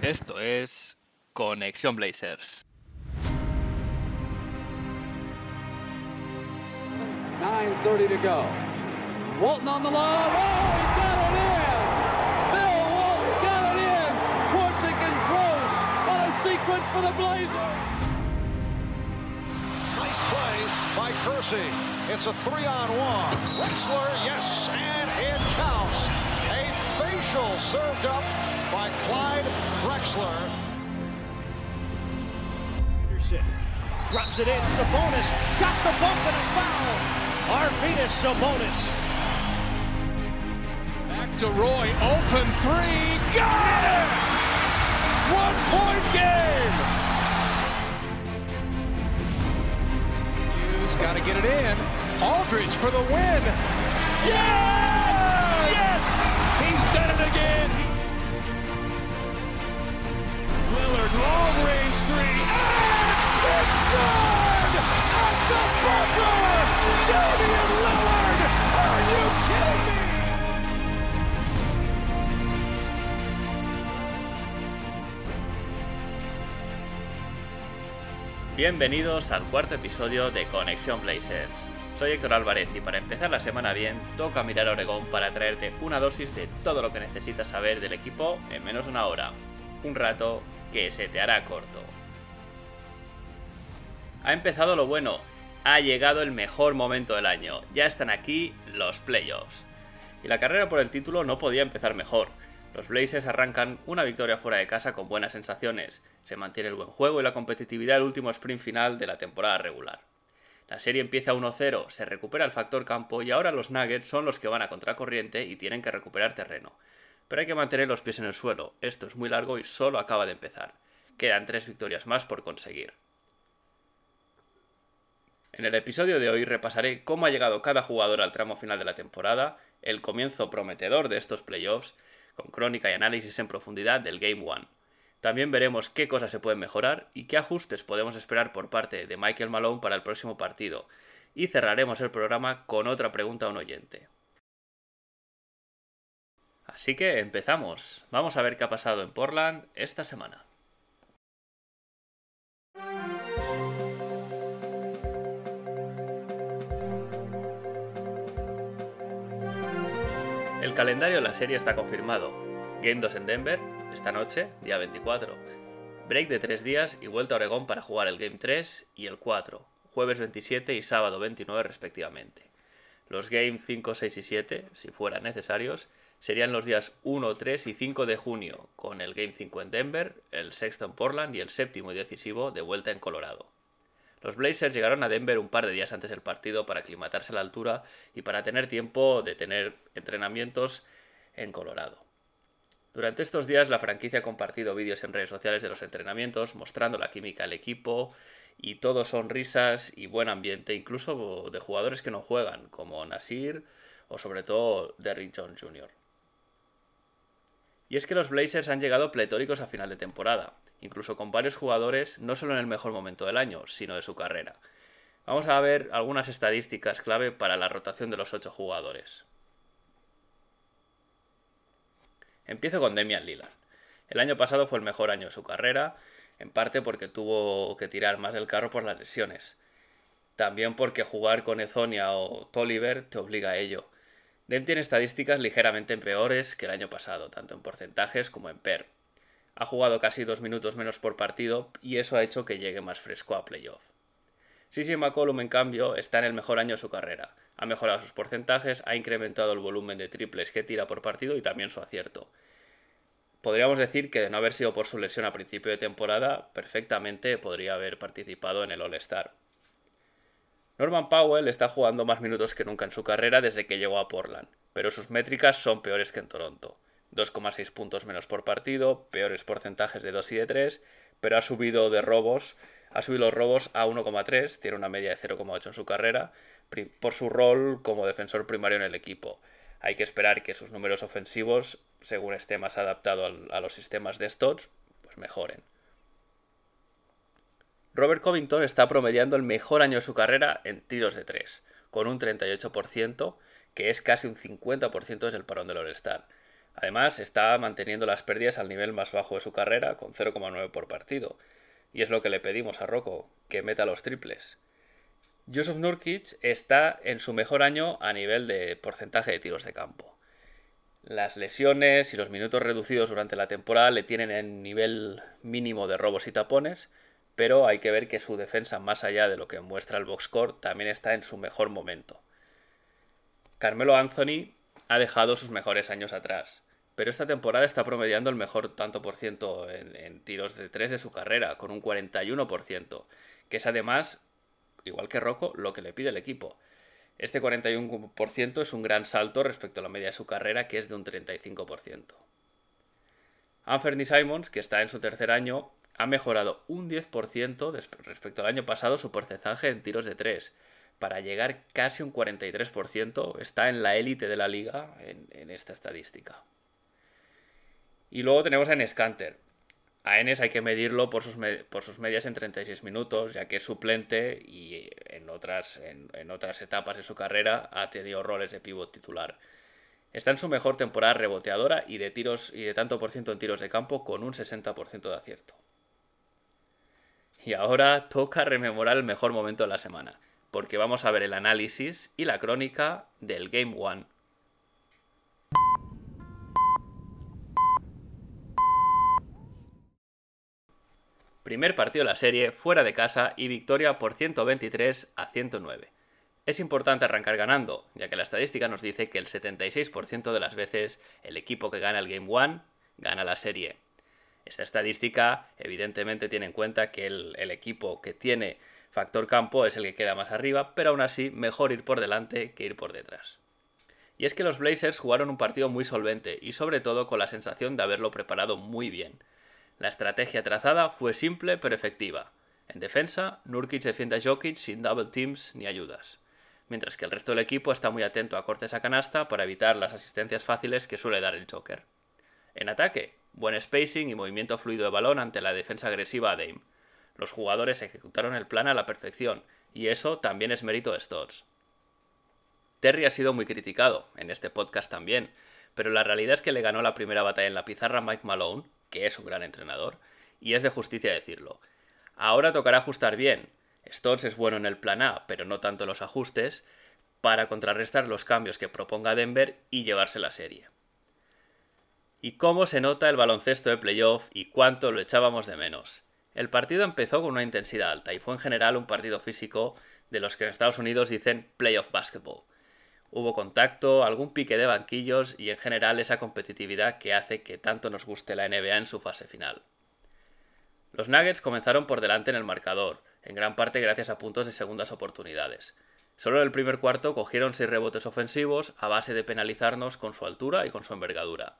Esto es Conexión Blazers. 9:30 to go. Walton on the low. Oh, he got it in! Bill Walton got it in! Korczyk and Gross. What a sequence for the Blazers! Nice play by Kersey. It's a 3-on-1. Wexler, yes, and it counts. A facial served up by Clyde Drexler. Anderson drops it in. Sabonis got the bump and a foul. Arvydas Sabonis. Back to Roy, open three, got it! 1-point game! Hughes got to get it in. Aldridge for the win. Yes! Yes! He's done it again. Lillard, long range three, and it's good! At the buzzer! Damian Lillard! Are you kidding me? Bienvenidos al cuarto episodio de Conexión Blazers. Soy Héctor Álvarez y para empezar la semana bien, toca mirar a Oregón para traerte una dosis de todo lo que necesitas saber del equipo en menos de una hora. Un rato que se te hará corto. Ha empezado lo bueno, ha llegado el mejor momento del año, ya están aquí los playoffs. Y la carrera por el título no podía empezar mejor. Los Blazers arrancan una victoria fuera de casa con buenas sensaciones, se mantiene el buen juego y la competitividad del último sprint final de la temporada regular. La serie empieza 1-0, se recupera el factor campo y ahora los Nuggets son los que van a contracorriente y tienen que recuperar terreno. Pero hay que mantener los pies en el suelo, esto es muy largo y solo acaba de empezar. Quedan 3 victorias más por conseguir. En el episodio de hoy repasaré cómo ha llegado cada jugador al tramo final de la temporada, el comienzo prometedor de estos playoffs, con crónica y análisis en profundidad del Game 1. También veremos qué cosas se pueden mejorar y qué ajustes podemos esperar por parte de Michael Malone para el próximo partido. Y cerraremos el programa con otra pregunta a un oyente. Así que empezamos. Vamos a ver qué ha pasado en Portland esta semana. El calendario de la serie está confirmado. Game 2 en Denver, esta noche, día 24. Break de 3 días y vuelta a Oregón para jugar el Game 3 y el 4, jueves 27 y sábado 29 respectivamente. Los Game 5, 6 y 7, si fueran necesarios, serían los días 1, 3 y 5 de junio, con el Game 5 en Denver, el sexto en Portland y el séptimo y decisivo de vuelta en Colorado. Los Blazers llegaron a Denver un par de días antes del partido para aclimatarse a la altura y para tener tiempo de tener entrenamientos en Colorado. Durante estos días la franquicia ha compartido vídeos en redes sociales de los entrenamientos mostrando la química del equipo y todo son risas y buen ambiente, incluso de jugadores que no juegan, como Nasir o sobre todo Derrick Jones Jr. Y es que los Blazers han llegado pletóricos a final de temporada, incluso con varios jugadores no solo en el mejor momento del año, sino de su carrera. Vamos a ver algunas estadísticas clave para la rotación de los 8 jugadores. Empiezo con Damian Lillard. El año pasado fue el mejor año de su carrera, en parte porque tuvo que tirar más del carro por las lesiones. También porque jugar con Ezonia o Tolliver te obliga a ello. Dem tiene estadísticas ligeramente peores que el año pasado, tanto en porcentajes como en PER. Ha jugado casi 2 minutos menos por partido y eso ha hecho que llegue más fresco a playoff. CJ McCollum, en cambio, está en el mejor año de su carrera. Ha mejorado sus porcentajes, ha incrementado el volumen de triples que tira por partido y también su acierto. Podríamos decir que de no haber sido por su lesión a principio de temporada, perfectamente podría haber participado en el All-Star. Norman Powell está jugando más minutos que nunca en su carrera desde que llegó a Portland, pero sus métricas son peores que en Toronto. 2,6 puntos menos por partido, peores porcentajes de 2 y de 3, pero ha subido los robos a 1,3, tiene una media de 0,8 en su carrera, por su rol como defensor primario en el equipo. Hay que esperar que sus números ofensivos, según esté más adaptado a los sistemas de Stotts, pues mejoren. Robert Covington está promediando el mejor año de su carrera en tiros de 3, con un 38%, que es casi un 50% desde el parón del All-Star. Además, está manteniendo las pérdidas al nivel más bajo de su carrera, con 0,9 por partido. Y es lo que le pedimos a Rocco, que meta los triples. Jusuf Nurkic está en su mejor año a nivel de porcentaje de tiros de campo. Las lesiones y los minutos reducidos durante la temporada le tienen en nivel mínimo de robos y tapones, pero hay que ver que su defensa, más allá de lo que muestra el box score, también está en su mejor momento. Carmelo Anthony ha dejado sus mejores años atrás, pero esta temporada está promediando el mejor tanto por ciento en tiros de 3 de su carrera, con un 41%, que es además, igual que Rocco, lo que le pide el equipo. Este 41% es un gran salto respecto a la media de su carrera, que es de un 35%. Anthony Simons, que está en su tercer año, ha mejorado un 10% respecto al año pasado su porcentaje en tiros de 3, para llegar casi un 43%, está en la élite de la liga en esta estadística. Y luego tenemos a Enes Kanter. A Enes hay que medirlo por sus medias en 36 minutos, ya que es suplente y en otras etapas de su carrera ha tenido roles de pívot titular. Está en su mejor temporada reboteadora y de tanto por ciento en tiros de campo, con un 60% de acierto. Y ahora toca rememorar el mejor momento de la semana, porque vamos a ver el análisis y la crónica del Game 1. Primer partido de la serie, fuera de casa y victoria por 123-109. Es importante arrancar ganando, ya que la estadística nos dice que el 76% de las veces el equipo que gana el Game 1 gana la serie. Esta estadística evidentemente tiene en cuenta que el equipo que tiene factor campo es el que queda más arriba, pero aún así mejor ir por delante que ir por detrás. Y es que los Blazers jugaron un partido muy solvente y sobre todo con la sensación de haberlo preparado muy bien. La estrategia trazada fue simple pero efectiva. En defensa, Nurkic defiende a Jokic sin double teams ni ayudas, mientras que el resto del equipo está muy atento a cortes a canasta para evitar las asistencias fáciles que suele dar el Joker. En ataque, buen spacing y movimiento fluido de balón ante la defensa agresiva de Dame. Los jugadores ejecutaron el plan a la perfección, y eso también es mérito de Stotts. Terry ha sido muy criticado, en este podcast también, pero la realidad es que le ganó la primera batalla en la pizarra a Mike Malone, que es un gran entrenador, y es de justicia decirlo. Ahora tocará ajustar bien. Stotts es bueno en el plan A, pero no tanto en los ajustes, para contrarrestar los cambios que proponga Denver y llevarse la serie. Y cómo se nota el baloncesto de playoff y cuánto lo echábamos de menos. El partido empezó con una intensidad alta y fue en general un partido físico de los que en Estados Unidos dicen playoff basketball. Hubo contacto, algún pique de banquillos y en general esa competitividad que hace que tanto nos guste la NBA en su fase final. Los Nuggets comenzaron por delante en el marcador, en gran parte gracias a puntos de segundas oportunidades. Solo en el primer cuarto cogieron 6 rebotes ofensivos a base de penalizarnos con su altura y con su envergadura.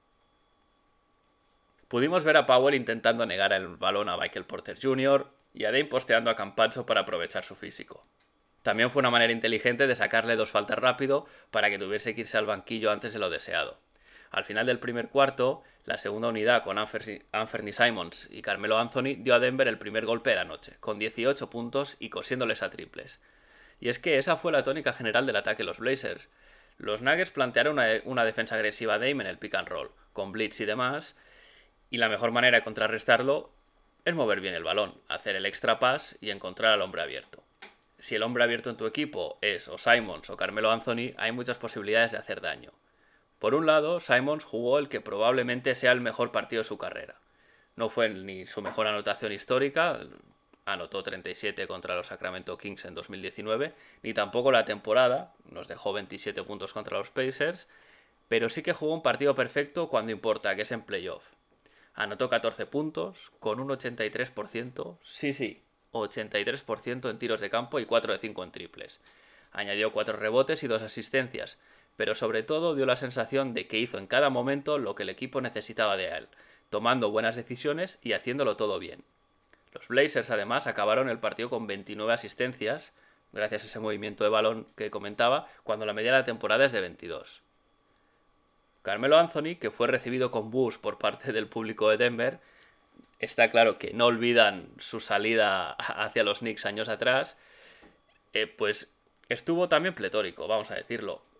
Pudimos ver a Powell intentando negar el balón a Michael Porter Jr. y a Dame posteando a Campazzo para aprovechar su físico. También fue una manera inteligente de sacarle 2 faltas rápido para que tuviese que irse al banquillo antes de lo deseado. Al final del primer cuarto, la segunda unidad con Anthony Simons y Carmelo Anthony dio a Denver el primer golpe de la noche, con 18 puntos y cosiéndoles a triples. Y es que esa fue la tónica general del ataque de los Blazers. Los Nuggets plantearon una defensa agresiva a Dame en el pick and roll, con blitz y demás, y la mejor manera de contrarrestarlo es mover bien el balón, hacer el extra pass y encontrar al hombre abierto. Si el hombre abierto en tu equipo es o Simons o Carmelo Anthony, hay muchas posibilidades de hacer daño. Por un lado, Simons jugó el que probablemente sea el mejor partido de su carrera. No fue ni su mejor anotación histórica, anotó 37 contra los Sacramento Kings en 2019, ni tampoco la temporada, nos dejó 27 puntos contra los Pacers, pero sí que jugó un partido perfecto cuando importa, que es en playoff. Anotó 14 puntos, con un 83%, 83% en tiros de campo y 4 de 5 en triples. Añadió 4 rebotes y 2 asistencias, pero sobre todo dio la sensación de que hizo en cada momento lo que el equipo necesitaba de él, tomando buenas decisiones y haciéndolo todo bien. Los Blazers además acabaron el partido con 29 asistencias, gracias a ese movimiento de balón que comentaba, cuando la media de la temporada es de 22. Carmelo Anthony, que fue recibido con bus por parte del público de Denver, está claro que no olvidan su salida hacia los Knicks años atrás, pues estuvo también pletórico, vamos a decirlo.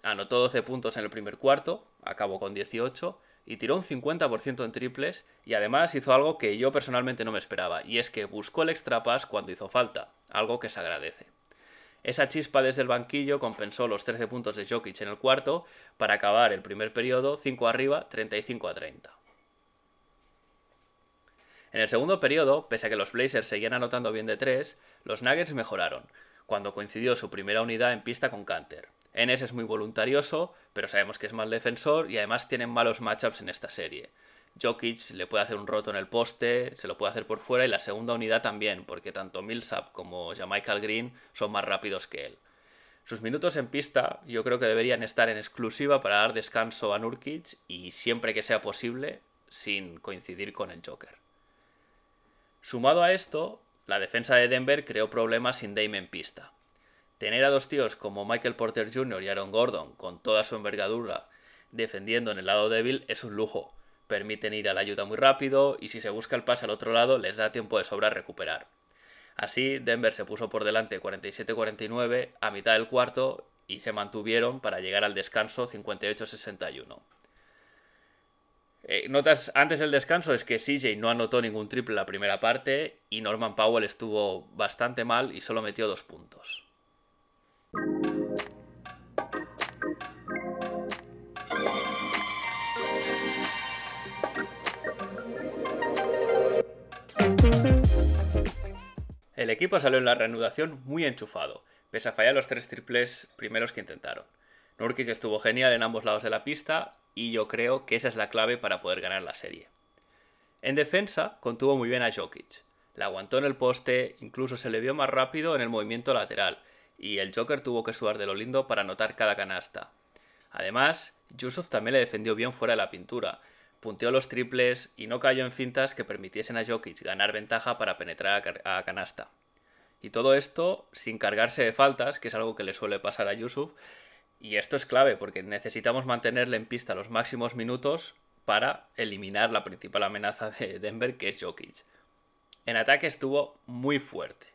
Anotó 12 puntos en el primer cuarto, acabó con 18, y tiró un 50% en triples, y además hizo algo que yo personalmente no me esperaba, y es que buscó el extra pass cuando hizo falta, algo que se agradece. Esa chispa desde el banquillo compensó los 13 puntos de Jokic en el cuarto para acabar el primer periodo 5 arriba, 35-30. En el segundo periodo, pese a que los Blazers seguían anotando bien de 3, los Nuggets mejoraron, cuando coincidió su primera unidad en pista con Kanter. Enes es muy voluntarioso, pero sabemos que es mal defensor y además tienen malos matchups en esta serie. Jokic le puede hacer un roto en el poste, se lo puede hacer por fuera y la segunda unidad también, porque tanto Millsap como JaMychal Green son más rápidos que él. Sus minutos en pista yo creo que deberían estar en exclusiva para dar descanso a Nurkic y siempre que sea posible, sin coincidir con el Joker. Sumado a esto, la defensa de Denver creó problemas sin Dame en pista. Tener a dos tíos como Michael Porter Jr. y Aaron Gordon con toda su envergadura defendiendo en el lado débil es un lujo. Permiten ir a la ayuda muy rápido y si se busca el pase al otro lado les da tiempo de sobra a recuperar. Así, Denver se puso por delante 47-49 a mitad del cuarto y se mantuvieron para llegar al descanso 58-61. Notas antes del descanso es que CJ no anotó ningún triple en la primera parte y Norman Powell estuvo bastante mal y solo metió 2 puntos. El equipo salió en la reanudación muy enchufado, pese a fallar los 3 triples primeros que intentaron. Nurkic estuvo genial en ambos lados de la pista y yo creo que esa es la clave para poder ganar la serie. En defensa, contuvo muy bien a Jokic. La aguantó en el poste, incluso se le vio más rápido en el movimiento lateral, y el Joker tuvo que sudar de lo lindo para anotar cada canasta. Además, Yusuf también le defendió bien fuera de la pintura, punteó los triples y no cayó en fintas que permitiesen a Jokic ganar ventaja para penetrar a canasta. Y todo esto sin cargarse de faltas, que es algo que le suele pasar a Yusuf, y esto es clave porque necesitamos mantenerle en pista los máximos minutos para eliminar la principal amenaza de Denver, que es Jokic. En ataque estuvo muy fuerte.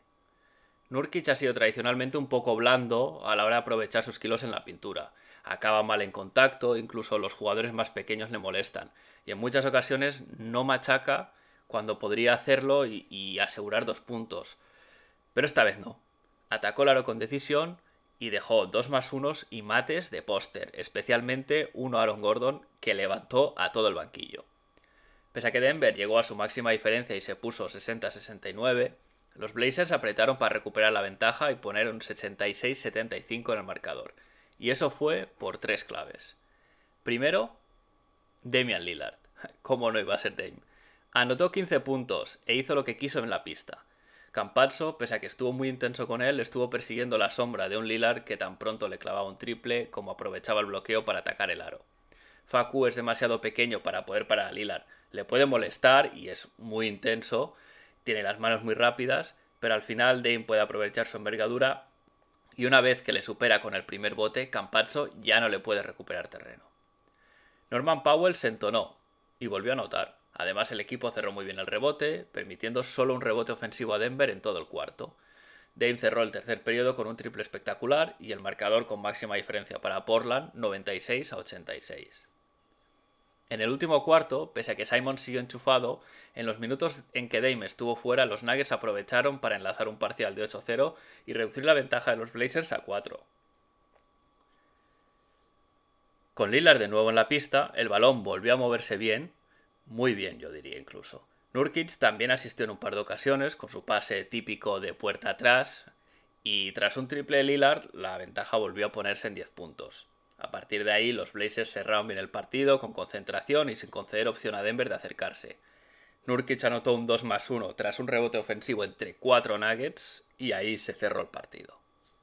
Nurkic ha sido tradicionalmente un poco blando a la hora de aprovechar sus kilos en la pintura. Acaba mal en contacto, incluso los jugadores más pequeños le molestan. Y en muchas ocasiones no machaca cuando podría hacerlo y asegurar 2 puntos. Pero esta vez no. Atacó el aro con decisión y dejó 2+1 y mates de póster, especialmente uno a Aaron Gordon que levantó a todo el banquillo. Pese a que Denver llegó a su máxima diferencia y se puso 60-69, los Blazers apretaron para recuperar la ventaja y poner un 66-75 en el marcador. Y eso fue por 3 claves. Primero, Damian Lillard. ¿Cómo no iba a ser Dame? Anotó 15 puntos e hizo lo que quiso en la pista. Campazzo, pese a que estuvo muy intenso con él, estuvo persiguiendo la sombra de un Lillard que tan pronto le clavaba un triple como aprovechaba el bloqueo para atacar el aro. Facu es demasiado pequeño para poder parar a Lillard. Le puede molestar y es muy intenso, tiene las manos muy rápidas, pero al final Dame puede aprovechar su envergadura y una vez que le supera con el primer bote, Campazzo ya no le puede recuperar terreno. Norman Powell se entonó y volvió a anotar. Además, el equipo cerró muy bien el rebote, permitiendo solo un rebote ofensivo a Denver en todo el cuarto. Dame cerró el tercer periodo con un triple espectacular y el marcador con máxima diferencia para Portland, 96-86. En el último cuarto, pese a que Simon siguió enchufado, en los minutos en que Dame estuvo fuera, los Nuggets aprovecharon para enlazar un parcial de 8-0 y reducir la ventaja de los Blazers a 4. Con Lillard de nuevo en la pista, el balón volvió a moverse bien, muy bien yo diría incluso. Nurkic también asistió en un par de ocasiones con su pase típico de puerta atrás y tras un triple de Lillard la ventaja volvió a ponerse en 10 puntos. A partir de ahí los Blazers cerraron bien el partido con concentración y sin conceder opción a Denver de acercarse. Nurkic anotó un 2+1 tras un rebote ofensivo entre 4 Nuggets y ahí se cerró el partido.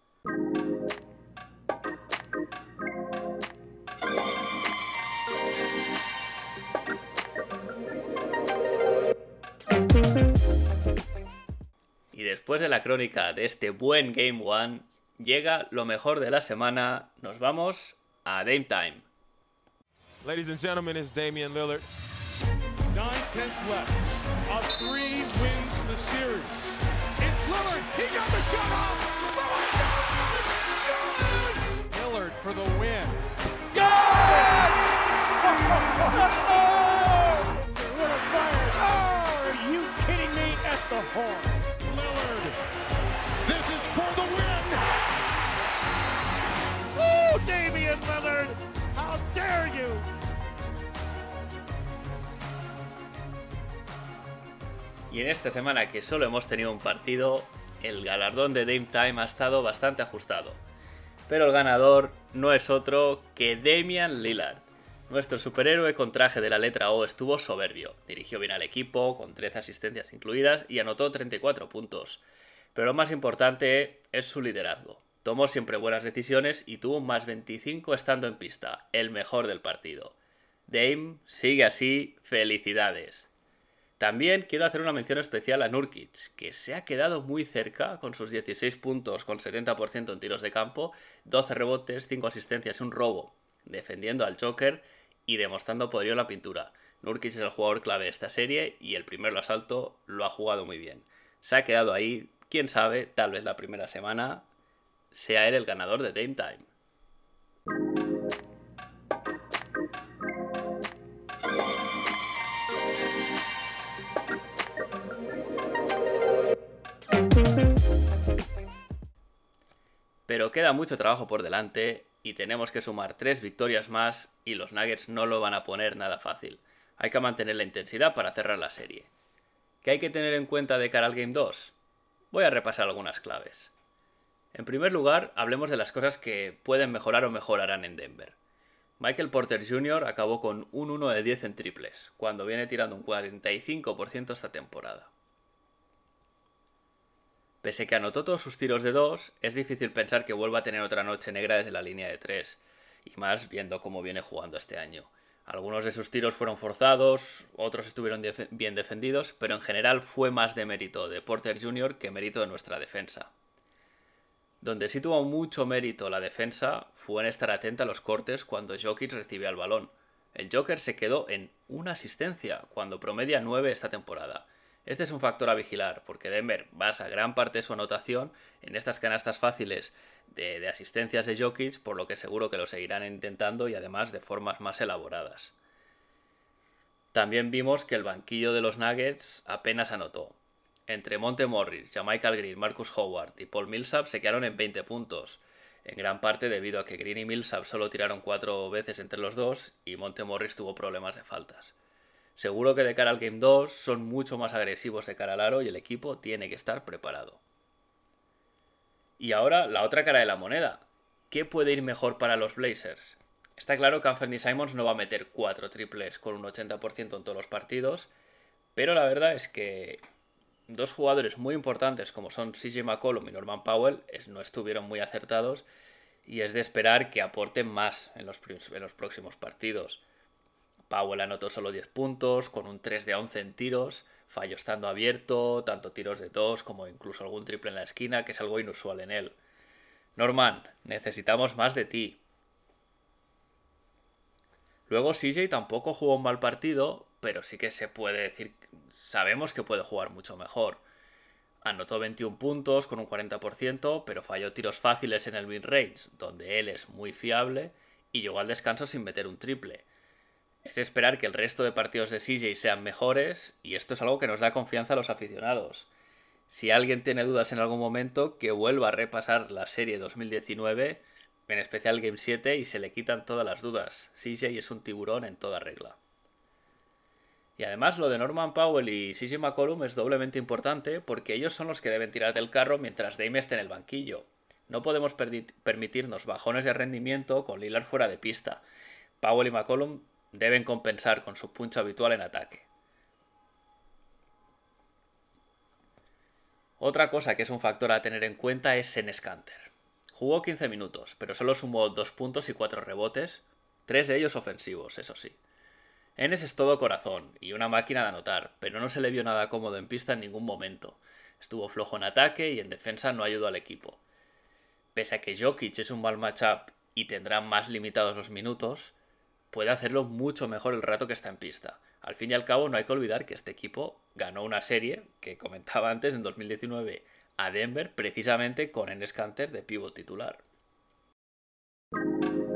Y después de la crónica de este buen Game 1, llega lo mejor de la semana. Nos vamos a Dame Time. Ladies and gentlemen, it's Damian Lillard. 9/10 left. A 3 wins the series. It's Lillard. He got the shot off. Lillard got it! Lillard for the win. Little fires. Oh, are you kidding me? At the horn. Lillard, this is for the win. Oh, Damian Lillard, how dare you? Y en esta semana que solo hemos tenido un partido, el galardón de Dame Time ha estado bastante ajustado. Pero el ganador no es otro que Damian Lillard. Nuestro superhéroe con traje de la letra O estuvo soberbio, dirigió bien al equipo, con 13 asistencias incluidas y anotó 34 puntos. Pero lo más importante es su liderazgo. Tomó siempre buenas decisiones y tuvo un más 25 estando en pista, el mejor del partido. Dame, sigue así, felicidades. También quiero hacer una mención especial a Nurkic, que se ha quedado muy cerca con sus 16 puntos con 70% en tiros de campo, 12 rebotes, 5 asistencias y un robo, defendiendo al Joker y demostrando poderío en la pintura. Nurkic es el jugador clave de esta serie y el primer asalto lo ha jugado muy bien. Se ha quedado ahí, quién sabe, tal vez la primera semana sea él el ganador de Dame Time. Pero queda mucho trabajo por delante y tenemos que sumar 3 victorias más y los Nuggets no lo van a poner nada fácil. Hay que mantener la intensidad para cerrar la serie. ¿Qué hay que tener en cuenta de cara al Game 2? Voy a repasar algunas claves. En primer lugar, hablemos de las cosas que pueden mejorar o mejorarán en Denver. Michael Porter Jr. acabó con un 1 de 10 en triples, cuando viene tirando un 45% esta temporada. Pese que anotó todos sus tiros de 2, es difícil pensar que vuelva a tener otra noche negra desde la línea de 3, y más viendo cómo viene jugando este año. Algunos de sus tiros fueron forzados, otros estuvieron bien defendidos, pero en general fue más de mérito de Porter Jr. que mérito de nuestra defensa. Donde sí tuvo mucho mérito la defensa fue en estar atenta a los cortes cuando Jokic recibía el balón. El Joker se quedó en una asistencia, cuando promedia 9 esta temporada. Este es un factor a vigilar, porque Denver basa gran parte de su anotación en estas canastas fáciles de asistencias de Jokic, por lo que seguro que lo seguirán intentando y además de formas más elaboradas. También vimos que el banquillo de los Nuggets apenas anotó. Entre Monte Morris, JaMychal Green, Marcus Howard y Paul Millsap se quedaron en 20 puntos, en gran parte debido a que Green y Millsap solo tiraron 4 veces entre los dos y Monte Morris tuvo problemas de faltas. Seguro que de cara al Game 2 son mucho más agresivos de cara al aro y el equipo tiene que estar preparado. Y ahora la otra cara de la moneda. ¿Qué puede ir mejor para los Blazers? Está claro que Anthony Simons no va a meter 4 triples con un 80% en todos los partidos, pero la verdad es que dos jugadores muy importantes como son CJ McCollum y Norman Powell no estuvieron muy acertados y es de esperar que aporten más en los próximos partidos. Powell anotó solo 10 puntos, con un 3 de 11 en tiros, falló estando abierto, tanto tiros de 2 como incluso algún triple en la esquina, que es algo inusual en él. Norman, necesitamos más de ti. Luego CJ tampoco jugó un mal partido, pero sí que se puede decir, sabemos que puede jugar mucho mejor. Anotó 21 puntos con un 40%, pero falló tiros fáciles en el mid-range, donde él es muy fiable, y llegó al descanso sin meter un triple. Es de esperar que el resto de partidos de CJ sean mejores, y esto es algo que nos da confianza a los aficionados. Si alguien tiene dudas en algún momento, que vuelva a repasar la serie 2019, en especial Game 7, y se le quitan todas las dudas. CJ es un tiburón en toda regla. Y además lo de Norman Powell y CJ McCollum es doblemente importante porque ellos son los que deben tirar del carro mientras Dame esté en el banquillo. No podemos permitirnos bajones de rendimiento con Lillard fuera de pista. Powell y McCollum deben compensar con su punch habitual en ataque. Otra cosa que es un factor a tener en cuenta es Enes Kanter. Jugó 15 minutos, pero solo sumó 2 puntos y 4 rebotes, 3 de ellos ofensivos, eso sí. Enes es todo corazón y una máquina de anotar, pero no se le vio nada cómodo en pista en ningún momento. Estuvo flojo en ataque y en defensa no ayudó al equipo. Pese a que Jokic es un mal matchup y tendrá más limitados los minutos, puede hacerlo mucho mejor el rato que está en pista. Al fin y al cabo no hay que olvidar que este equipo ganó una serie, que comentaba antes, en 2019 a Denver, precisamente con Enes Kanter de pívot titular.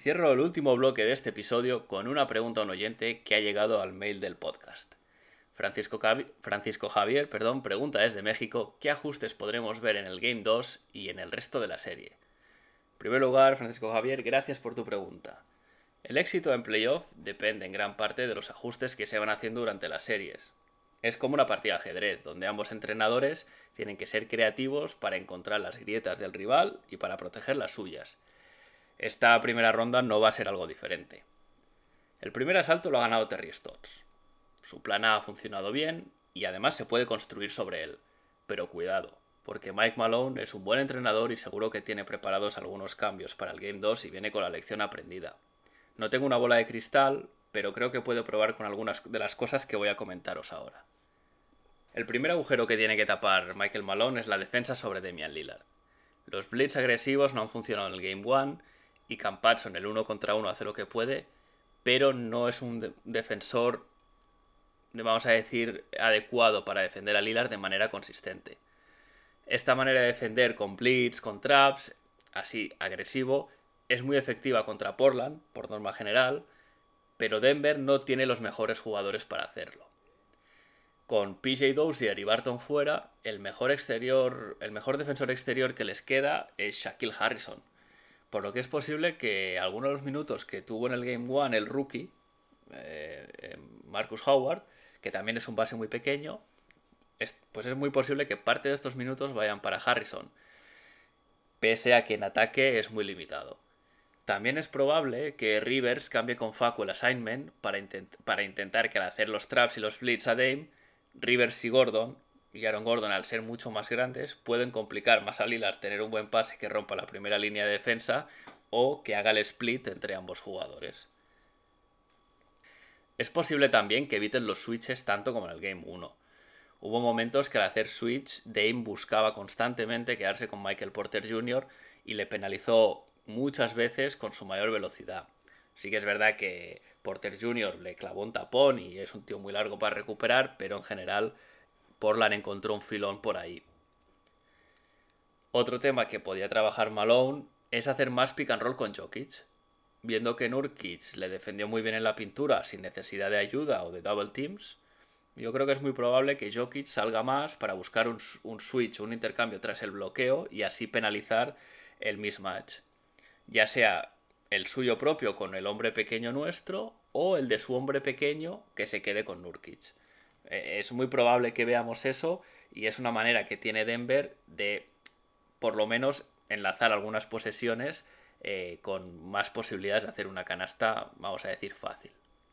cierro el último bloque de este episodio con una pregunta a un oyente que ha llegado al mail del podcast. Francisco Javier pregunta desde México qué ajustes podremos ver en el Game 2 y en el resto de la serie. En primer lugar, Francisco Javier, gracias por tu pregunta. El éxito en playoff depende en gran parte de los ajustes que se van haciendo durante las series. Es como una partida de ajedrez, donde ambos entrenadores tienen que ser creativos para encontrar las grietas del rival y para proteger las suyas. Esta primera ronda no va a ser algo diferente. El primer asalto lo ha ganado Terry Stotts. Su plan A ha funcionado bien y además se puede construir sobre él. Pero cuidado, porque Mike Malone es un buen entrenador y seguro que tiene preparados algunos cambios para el Game 2 y viene con la lección aprendida. No tengo una bola de cristal, pero creo que puedo probar con algunas de las cosas que voy a comentaros ahora. El primer agujero que tiene que tapar Michael Malone es la defensa sobre Damian Lillard. Los blitz agresivos no han funcionado en el Game 1 y Campazzo en el 1 contra 1 hace lo que puede, pero no es un defensor, vamos a decir, adecuado para defender a Lillard de manera consistente. Esta manera de defender con blitz, con traps, así agresivo, es muy efectiva contra Portland, por norma general, pero Denver no tiene los mejores jugadores para hacerlo. Con PJ Dozier y Barton fuera, el mejor defensor exterior que les queda es Shaquille Harrison, por lo que es posible que algunos de los minutos que tuvo en el Game 1 el rookie, Marcus Howard, que también es un base muy pequeño, pues es muy posible que parte de estos minutos vayan para Harrison, pese a que en ataque es muy limitado. También es probable que Rivers cambie con Facu el assignment para intentar que al hacer los traps y los blitz a Dame, Rivers y Aaron Gordon, al ser mucho más grandes, pueden complicar más a Lillard tener un buen pase que rompa la primera línea de defensa o que haga el split entre ambos jugadores. Es posible también que eviten los switches tanto como en el Game 1. Hubo momentos que al hacer switch, Dame buscaba constantemente quedarse con Michael Porter Jr. y le penalizó muchas veces con su mayor velocidad. Sí que es verdad que Porter Jr. le clavó un tapón y es un tío muy largo para recuperar, pero en general Portland encontró un filón por ahí. Otro tema que podía trabajar Malone es hacer más pick and roll con Jokic. Viendo que Nurkic le defendió muy bien en la pintura sin necesidad de ayuda o de double teams, yo creo que es muy probable que Jokic salga más para buscar un switch, un intercambio tras el bloqueo y así penalizar el mismatch. Ya sea el suyo propio con el hombre pequeño nuestro o el de su hombre pequeño que se quede con Nurkic. Es muy probable que veamos eso y es una manera que tiene Denver de por lo menos enlazar algunas posesisiones con más posibilidades de hacer una canasta, vamos a decir, fácil.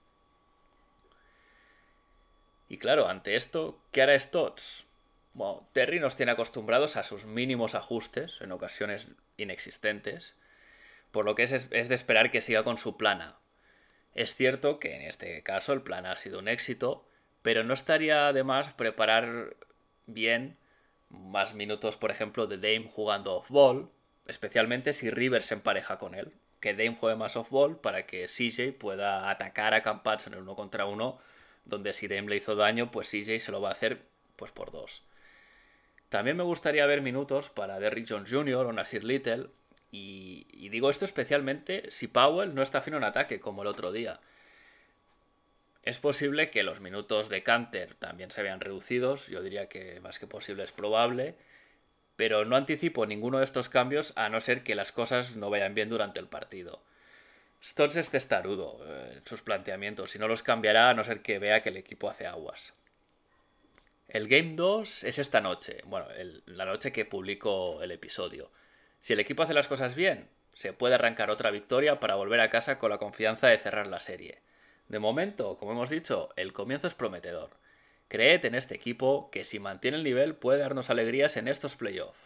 Y claro, ante esto, ¿qué hará Stotts? Bueno, Terry nos tiene acostumbrados a sus mínimos ajustes, en ocasiones inexistentes, por lo que es de esperar que siga con su plan A. Es cierto que en este caso el plan A ha sido un éxito, pero no estaría de más preparar bien más minutos, por ejemplo, de Dame jugando off-ball, especialmente si Rivers se empareja con él. Que Dame juegue más off-ball para que CJ pueda atacar a Campazzo en el 1 contra 1, donde si Dame le hizo daño, pues CJ se lo va a hacer pues por 2. También me gustaría ver minutos para Derrick Jones Jr. o Nasir Little, y digo esto especialmente si Powell no está fino en ataque como el otro día. Es posible que los minutos de Kanter también se vean reducidos, yo diría que más que posible es probable, pero no anticipo ninguno de estos cambios a no ser que las cosas no vayan bien durante el partido. Stotts es testarudo en sus planteamientos y no los cambiará a no ser que vea que el equipo hace aguas. El Game 2 es esta noche, bueno, la noche que publico el episodio. Si el equipo hace las cosas bien, se puede arrancar otra victoria para volver a casa con la confianza de cerrar la serie. De momento, como hemos dicho, el comienzo es prometedor. Creed en este equipo que si mantiene el nivel puede darnos alegrías en estos playoffs.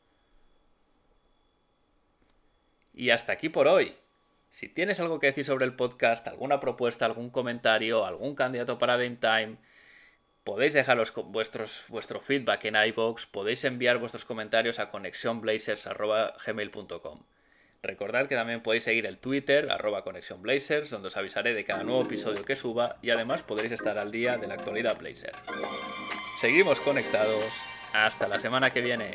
Y hasta aquí por hoy. Si tienes algo que decir sobre el podcast, alguna propuesta, algún comentario, algún candidato para Dame Time, podéis dejaros vuestro feedback en iVoox, podéis enviar vuestros comentarios a conexionblazers@gmail.com. Recordad que también podéis seguir el Twitter, @ConexionBlazers, donde os avisaré de cada nuevo episodio que suba y además podréis estar al día de la actualidad Blazer. Seguimos conectados. Hasta la semana que viene.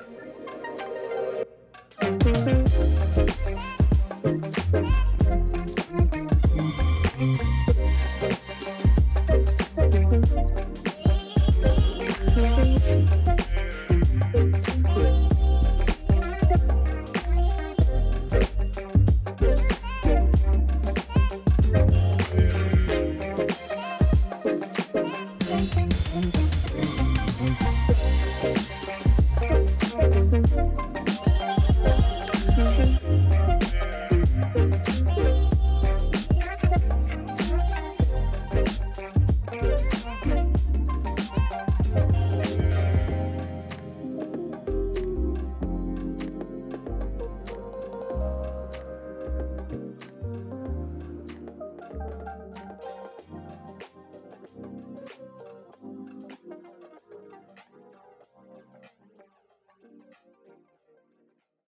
Podcast.